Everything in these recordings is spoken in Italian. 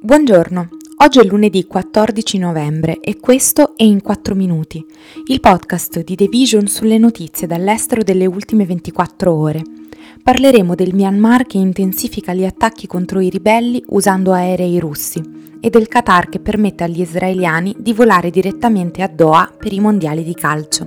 Buongiorno, oggi è lunedì 14 novembre e questo è In 4 Minuti, il podcast di The Vision sulle notizie dall'estero delle ultime 24 ore. Parleremo del Myanmar che intensifica gli attacchi contro i ribelli usando aerei russi e del Qatar che permette agli israeliani di volare direttamente a Doha per i mondiali di calcio.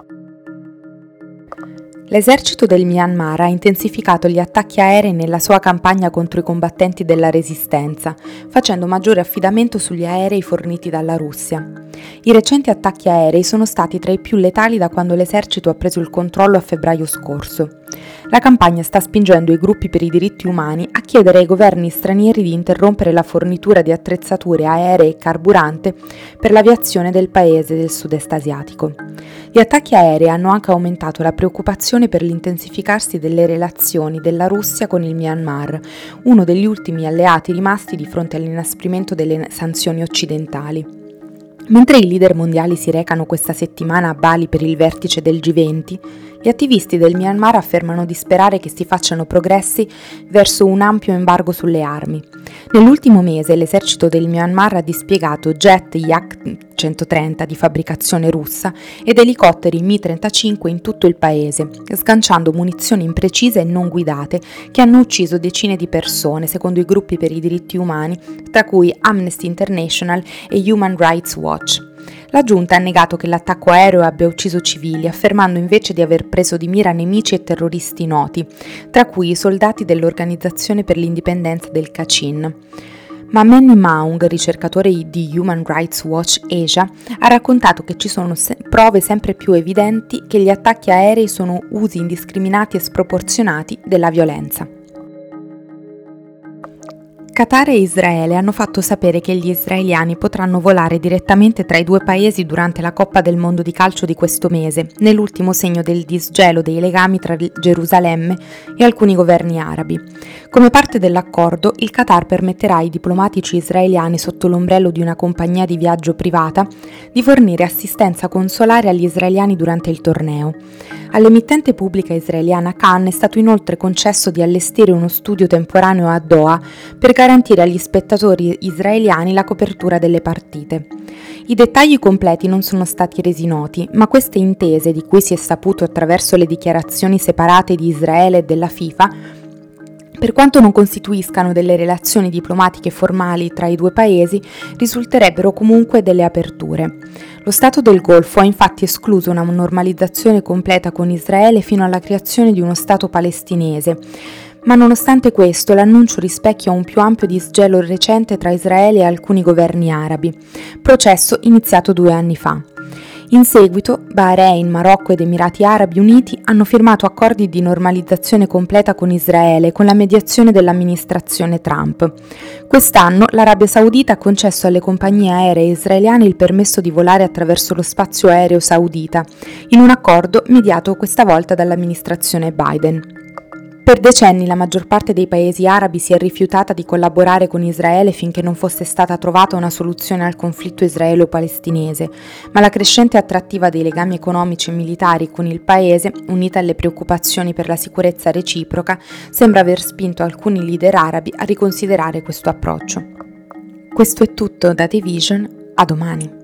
L'esercito del Myanmar ha intensificato gli attacchi aerei nella sua campagna contro i combattenti della resistenza, facendo maggiore affidamento sugli aerei forniti dalla Russia. I recenti attacchi aerei sono stati tra i più letali da quando l'esercito ha preso il controllo a febbraio scorso. La campagna sta spingendo i gruppi per i diritti umani a chiedere ai governi stranieri di interrompere la fornitura di attrezzature aeree e carburante per l'aviazione del paese del sud-est asiatico. Gli attacchi aerei hanno anche aumentato la preoccupazione per l'intensificarsi delle relazioni della Russia con il Myanmar, uno degli ultimi alleati rimasti di fronte all'inasprimento delle sanzioni occidentali. Mentre i leader mondiali si recano questa settimana a Bali per il vertice del G20, gli attivisti del Myanmar affermano di sperare che si facciano progressi verso un ampio embargo sulle armi. Nell'ultimo mese l'esercito del Myanmar ha dispiegato jet Yak-130 di fabbricazione russa ed elicotteri Mi-35 in tutto il paese, sganciando munizioni imprecise e non guidate che hanno ucciso decine di persone, secondo i gruppi per i diritti umani, tra cui Amnesty International e Human Rights Watch. La giunta ha negato che l'attacco aereo abbia ucciso civili, affermando invece di aver preso di mira nemici e terroristi noti, tra cui i soldati dell'Organizzazione per l'indipendenza del Kachin. Ma Manny Maung, ricercatore di Human Rights Watch Asia, ha raccontato che ci sono prove sempre più evidenti che gli attacchi aerei sono usi indiscriminati e sproporzionati della violenza. Qatar e Israele hanno fatto sapere che gli israeliani potranno volare direttamente tra i due paesi durante la Coppa del Mondo di calcio di questo mese, nell'ultimo segno del disgelo dei legami tra Gerusalemme e alcuni governi arabi. Come parte dell'accordo, il Qatar permetterà ai diplomatici israeliani sotto l'ombrello di una compagnia di viaggio privata di fornire assistenza consolare agli israeliani durante il torneo. All'emittente pubblica israeliana Khan è stato inoltre concesso di allestire uno studio temporaneo a Doha per garantire agli spettatori israeliani la copertura delle partite. I dettagli completi non sono stati resi noti, ma queste intese, di cui si è saputo attraverso le dichiarazioni separate di Israele e della FIFA, per quanto non costituiscano delle relazioni diplomatiche formali tra i due paesi, risulterebbero comunque delle aperture. Lo Stato del Golfo ha infatti escluso una normalizzazione completa con Israele fino alla creazione di uno Stato palestinese, ma nonostante questo l'annuncio rispecchia un più ampio disgelo recente tra Israele e alcuni governi arabi, processo iniziato 2 anni fa. In seguito, Bahrain, Marocco ed Emirati Arabi Uniti hanno firmato accordi di normalizzazione completa con Israele con la mediazione dell'amministrazione Trump. Quest'anno l'Arabia Saudita ha concesso alle compagnie aeree israeliane il permesso di volare attraverso lo spazio aereo saudita, in un accordo mediato questa volta dall'amministrazione Biden. Per decenni la maggior parte dei paesi arabi si è rifiutata di collaborare con Israele finché non fosse stata trovata una soluzione al conflitto israelo-palestinese, ma la crescente attrattiva dei legami economici e militari con il paese, unita alle preoccupazioni per la sicurezza reciproca, sembra aver spinto alcuni leader arabi a riconsiderare questo approccio. Questo è tutto da The Vision, a domani.